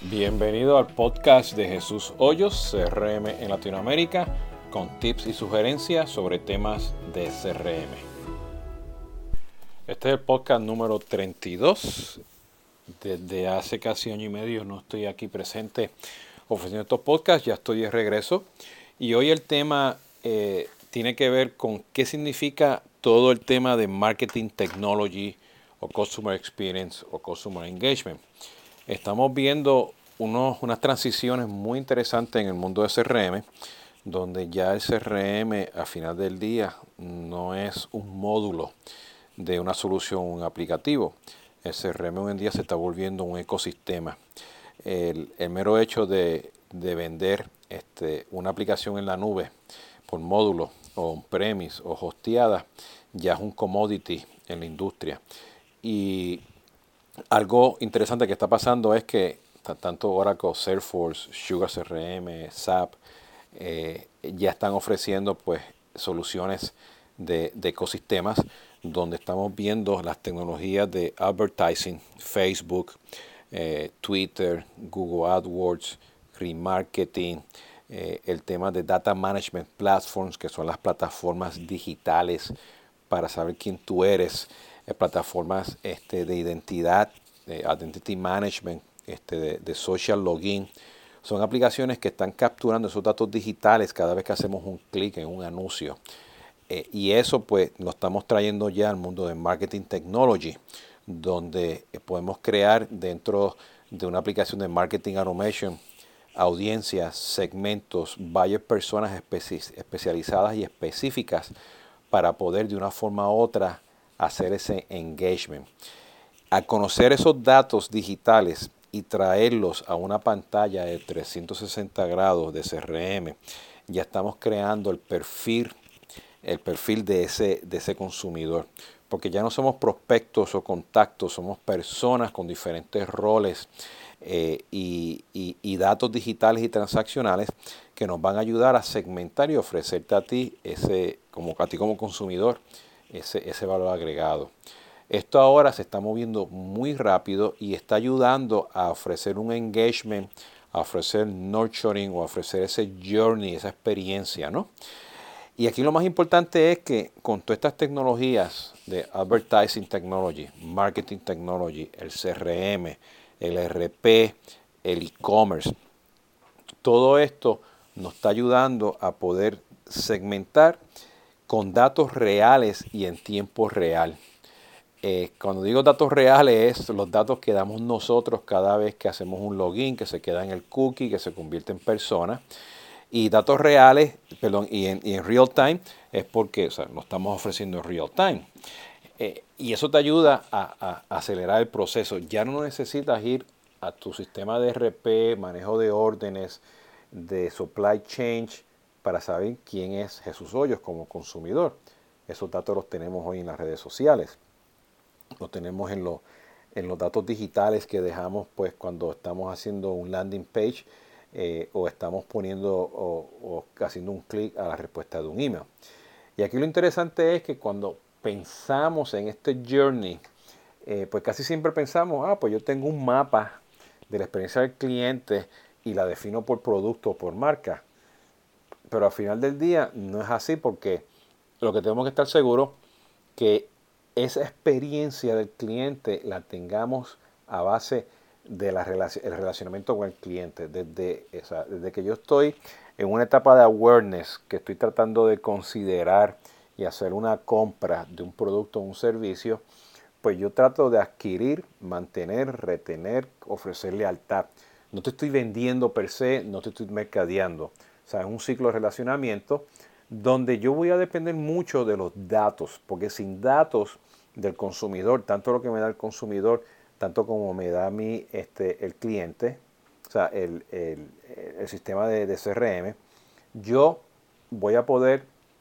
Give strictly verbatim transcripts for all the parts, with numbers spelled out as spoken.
Bienvenido al podcast de Jesús Hoyos, C R M en Latinoamérica, con tips y sugerencias sobre temas de C R M. Este es el podcast número treinta y dos. Desde hace casi año y medio no estoy aquí presente ofreciendo estos podcasts, ya estoy de regreso. Y hoy el tema eh, tiene que ver con qué significa todo el tema de marketing technology o customer experience o customer engagement. Estamos viendo unos, unas transiciones muy interesantes en el mundo de C R M, donde ya el C R M a final del día no es un módulo de una solución, un aplicativo. El C R M hoy en día se está volviendo un ecosistema. El, el mero hecho de, de vender este, una aplicación en la nube por módulo o on-premise o hosteada ya es un commodity en la industria. Y algo interesante que está pasando es que tanto Oracle, Salesforce, Sugar C R M, S A P eh, ya están ofreciendo pues soluciones de, de ecosistemas donde estamos viendo las tecnologías de advertising, Facebook, eh, Twitter, Google AdWords, remarketing, eh, el tema de data management platforms, que son las plataformas digitales para saber quién tú eres, eh, plataformas este, de identidad, de identity management, este, de, de social login. Son aplicaciones que están capturando esos datos digitales cada vez que hacemos un clic en un anuncio. Eh, y eso pues lo estamos trayendo ya al mundo de marketing technology, donde eh, podemos crear dentro de una aplicación de marketing automation audiencias, segmentos, varias personas especi- especializadas y específicas para poder de una forma u otra hacer ese engagement. Al conocer esos datos digitales y traerlos a una pantalla de trescientos sesenta grados de C R M, ya estamos creando el perfil, el perfil de ese, de ese consumidor. Porque ya no somos prospectos o contactos, somos personas con diferentes roles eh, y, y, y datos digitales y transaccionales que nos van a ayudar a segmentar y ofrecerte a ti, ese, como, a ti como consumidor, ese, ese valor agregado. Esto ahora se está moviendo muy rápido y está ayudando a ofrecer un engagement, a ofrecer nurturing o a ofrecer ese journey, esa experiencia, ¿no? Y aquí lo más importante es que con todas estas tecnologías de advertising technology, marketing technology, el C R M, el R P, el e-commerce, todo esto nos está ayudando a poder segmentar con datos reales y en tiempo real. Eh, cuando digo datos reales, es los datos que damos nosotros cada vez que hacemos un login, que se queda en el cookie, que se convierte en persona. Y datos reales, perdón, y en, y en real time, es porque o sea, lo estamos ofreciendo en real time. Eh, y eso te ayuda a, a acelerar el proceso. Ya no necesitas ir a tu sistema de R P, manejo de órdenes, de supply chain, para saber quién es Jesús Hoyos como consumidor. Esos datos los tenemos hoy en las redes sociales. Lo tenemos en, lo, en los datos digitales que dejamos pues cuando estamos haciendo un landing page eh, o estamos poniendo o, o haciendo un clic a la respuesta de un email. Y aquí lo interesante es que cuando pensamos en este journey, eh, pues casi siempre pensamos, ah, pues yo tengo un mapa de la experiencia del cliente y la defino por producto o por marca. Pero al final del día no es así porque lo que tenemos que estar seguros que esa experiencia del cliente la tengamos a base del relacionamiento con el cliente. Desde, esa, desde que yo estoy en una etapa de awareness, que estoy tratando de considerar y hacer una compra de un producto o un servicio, pues yo trato de adquirir, mantener, retener, ofrecer lealtad. No te estoy vendiendo per se, no te estoy mercadeando. O sea, es un ciclo de relacionamiento donde yo voy a depender mucho de los datos, porque sin datos del consumidor, tanto lo que me da el consumidor, tanto como me da a mí este, el cliente, o sea, el, el, el sistema de, de C R M, yo voy a poder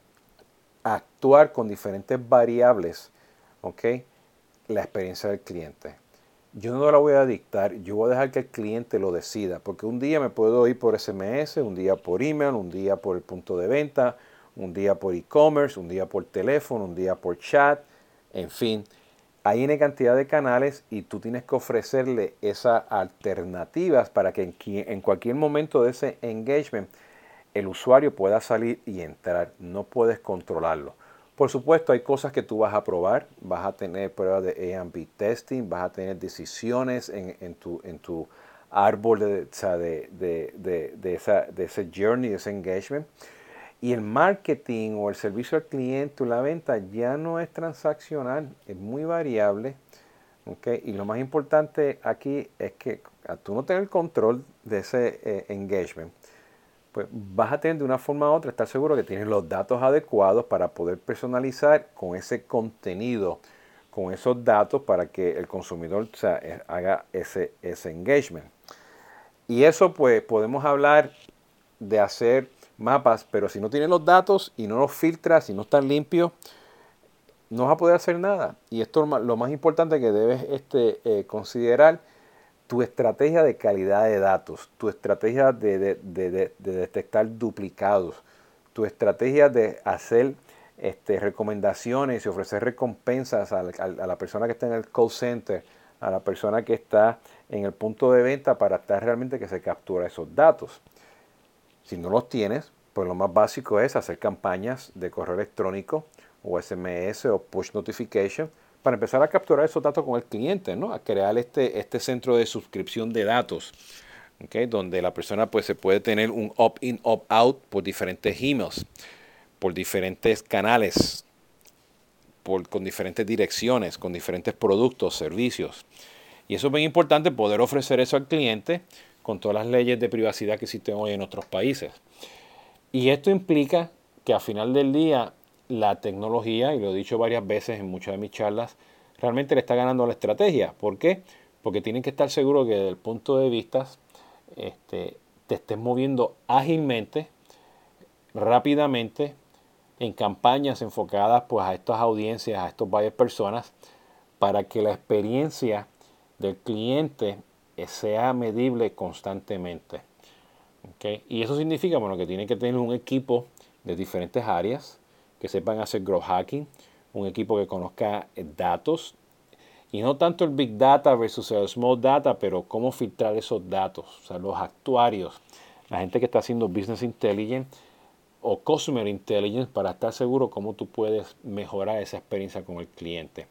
actuar con diferentes variables, ¿ok? La experiencia del cliente. Yo no la voy a dictar, yo voy a dejar que el cliente lo decida, porque un día me puedo ir por S M S, un día por email, un día por el punto de venta, un día por e-commerce, un día por teléfono, un día por chat, en fin. hay una cantidad de canales y tú tienes que ofrecerle esas alternativas para que en, en cualquier momento de ese engagement el usuario pueda salir y entrar. No puedes controlarlo. Por supuesto, hay cosas que tú vas a probar. Vas a tener pruebas de A and B testing, vas a tener decisiones en, en, tu, en tu árbol de, o sea, de, de, de, de, esa, de ese journey, de ese engagement. Y el marketing o el servicio al cliente o la venta ya no es transaccional, es muy variable. ¿Okay? Y lo más importante aquí es que a tú no tener el control de ese eh, engagement, pues vas a tener de una forma u otra estar seguro que tienes los datos adecuados para poder personalizar con ese contenido, con esos datos para que el consumidor, o sea, eh, haga ese, ese engagement. Y eso pues podemos hablar de hacer mapas, pero si no tienes los datos y no los filtras, si no están limpios, no vas a poder hacer nada. Y esto es lo más importante que debes este, eh, considerar, tu estrategia de calidad de datos, tu estrategia de, de, de, de, de detectar duplicados, tu estrategia de hacer este, recomendaciones y ofrecer recompensas a, a, a la persona que está en el call center, a la persona que está en el punto de venta para estar realmente que se captura esos datos. Si no los tienes, pues lo más básico es hacer campañas de correo electrónico o S M S o push notification para empezar a capturar esos datos con el cliente, ¿no? A crear este, este centro de suscripción de datos, ¿okay? Donde la persona pues se puede tener un opt-in, opt-out por diferentes emails, por diferentes canales, por, con diferentes direcciones, con diferentes productos, servicios. Y eso es bien importante, poder ofrecer eso al cliente con todas las leyes de privacidad que existen hoy en otros países. Y esto implica que al final del día la tecnología, y lo he dicho varias veces en muchas de mis charlas, realmente le está ganando la estrategia. ¿Por qué? Porque tienen que estar seguros que desde el punto de vista este, te estés moviendo ágilmente, rápidamente, en campañas enfocadas pues, a estas audiencias, a estos varias personas, para que la experiencia del cliente sea medible constantemente. ¿Okay? Y eso significa bueno, que tiene que tener un equipo de diferentes áreas que sepan hacer growth hacking, un equipo que conozca datos, y no tanto el big data versus el small data, pero cómo filtrar esos datos, o sea, los actuarios, la gente que está haciendo business intelligence o customer intelligence para estar seguro cómo tú puedes mejorar esa experiencia con el cliente.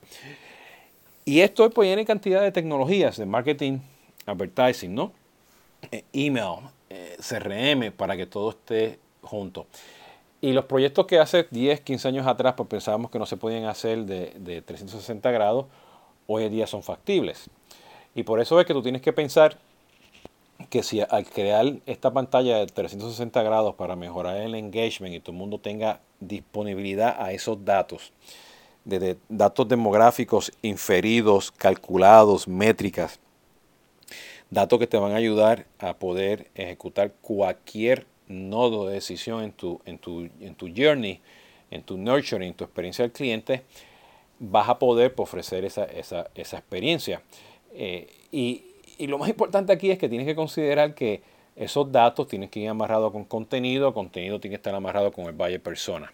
Y esto pues tiene cantidad de tecnologías de marketing, advertising, ¿no? Eh, email, eh, C R M, para que todo esté junto. Y los proyectos que hace diez, quince años atrás pues pensábamos que no se podían hacer de, de trescientos sesenta grados, hoy en día son factibles. Y por eso es que tú tienes que pensar que si al crear esta pantalla de trescientos sesenta grados para mejorar el engagement y todo el mundo tenga disponibilidad a esos datos, de, de datos demográficos inferidos, calculados, métricas, datos que te van a ayudar a poder ejecutar cualquier nodo de decisión en tu, en tu, en tu journey, en tu nurturing, en tu experiencia del cliente, vas a poder ofrecer esa, esa, esa experiencia. Eh, y, y lo más importante aquí es que tienes que considerar que esos datos tienen que ir amarrados con contenido, contenido tiene que estar amarrado con el buyer persona.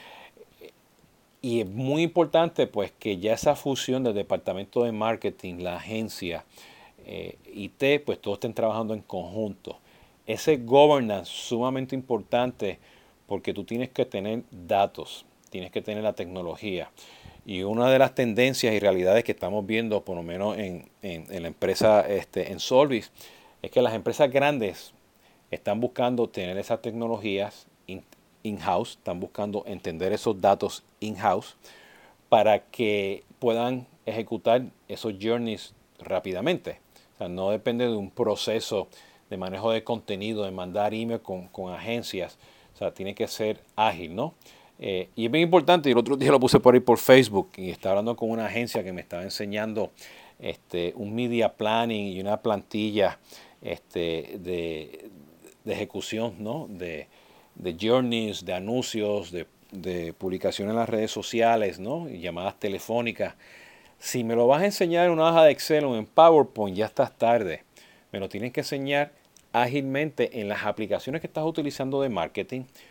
Y es muy importante pues que ya esa fusión del departamento de marketing, la agencia, eh, I T, pues todos estén trabajando en conjunto. Ese governance sumamente importante porque tú tienes que tener datos, tienes que tener la tecnología. Y una de las tendencias y realidades que estamos viendo, por lo menos en, en, en la empresa, este, en Solvis, es que las empresas grandes están buscando tener esas tecnologías in-house, están buscando entender esos datos in-house para que puedan ejecutar esos journeys rápidamente. O sea, no depende de un proceso de manejo de contenido, de mandar email con, con agencias. O sea, tiene que ser ágil, ¿no? Eh, y es bien importante, y el otro día lo puse por ahí por Facebook y estaba hablando con una agencia que me estaba enseñando este, un media planning y una plantilla este, de, de ejecución, ¿no? De, de journeys, de anuncios, de, de publicación en las redes sociales, ¿no? Y llamadas telefónicas. Si me lo vas a enseñar en una hoja de Excel o en PowerPoint, ya estás tarde. Me lo tienes que enseñar ágilmente en las aplicaciones que estás utilizando de marketing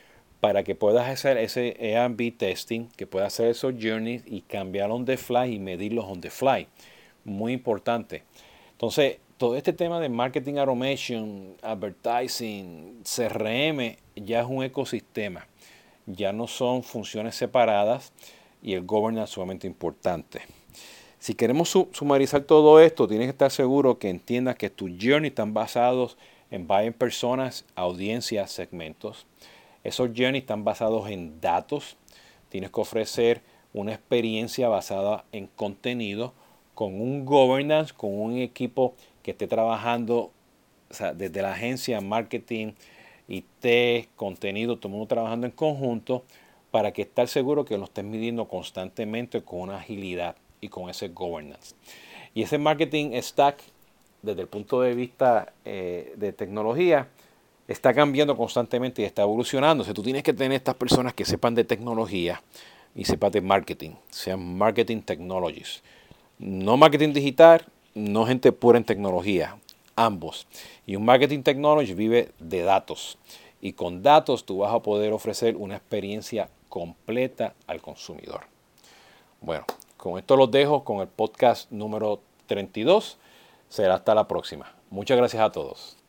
para que puedas hacer ese A and B testing, que puedas hacer esos journeys y cambiarlos on the fly y medirlos on the fly. Muy importante. Entonces, todo este tema de marketing automation, advertising, C R M, ya es un ecosistema. Ya no son funciones separadas y el governance es sumamente importante. Si queremos su sumarizar todo esto, tienes que estar seguro que entiendas que tus journeys están basados en varias personas, audiencias, segmentos. Esos journeys están basados en datos. Tienes que ofrecer una experiencia basada en contenido con un governance, con un equipo que esté trabajando, o sea, desde la agencia, marketing, I T, contenido, todo el mundo trabajando en conjunto para que estar seguro que lo estés midiendo constantemente con una agilidad y con ese governance. Y ese marketing stack, desde el punto de vista eh, de tecnología, está cambiando constantemente y está evolucionando. O sea, tú tienes que tener estas personas que sepan de tecnología y sepan de marketing, sean marketing technologies. No marketing digital, no gente pura en tecnología, ambos. Y un marketing technology vive de datos. Y con datos tú vas a poder ofrecer una experiencia completa al consumidor. Bueno, con esto los dejo con el podcast número treinta y dos. Será hasta la próxima. Muchas gracias a todos.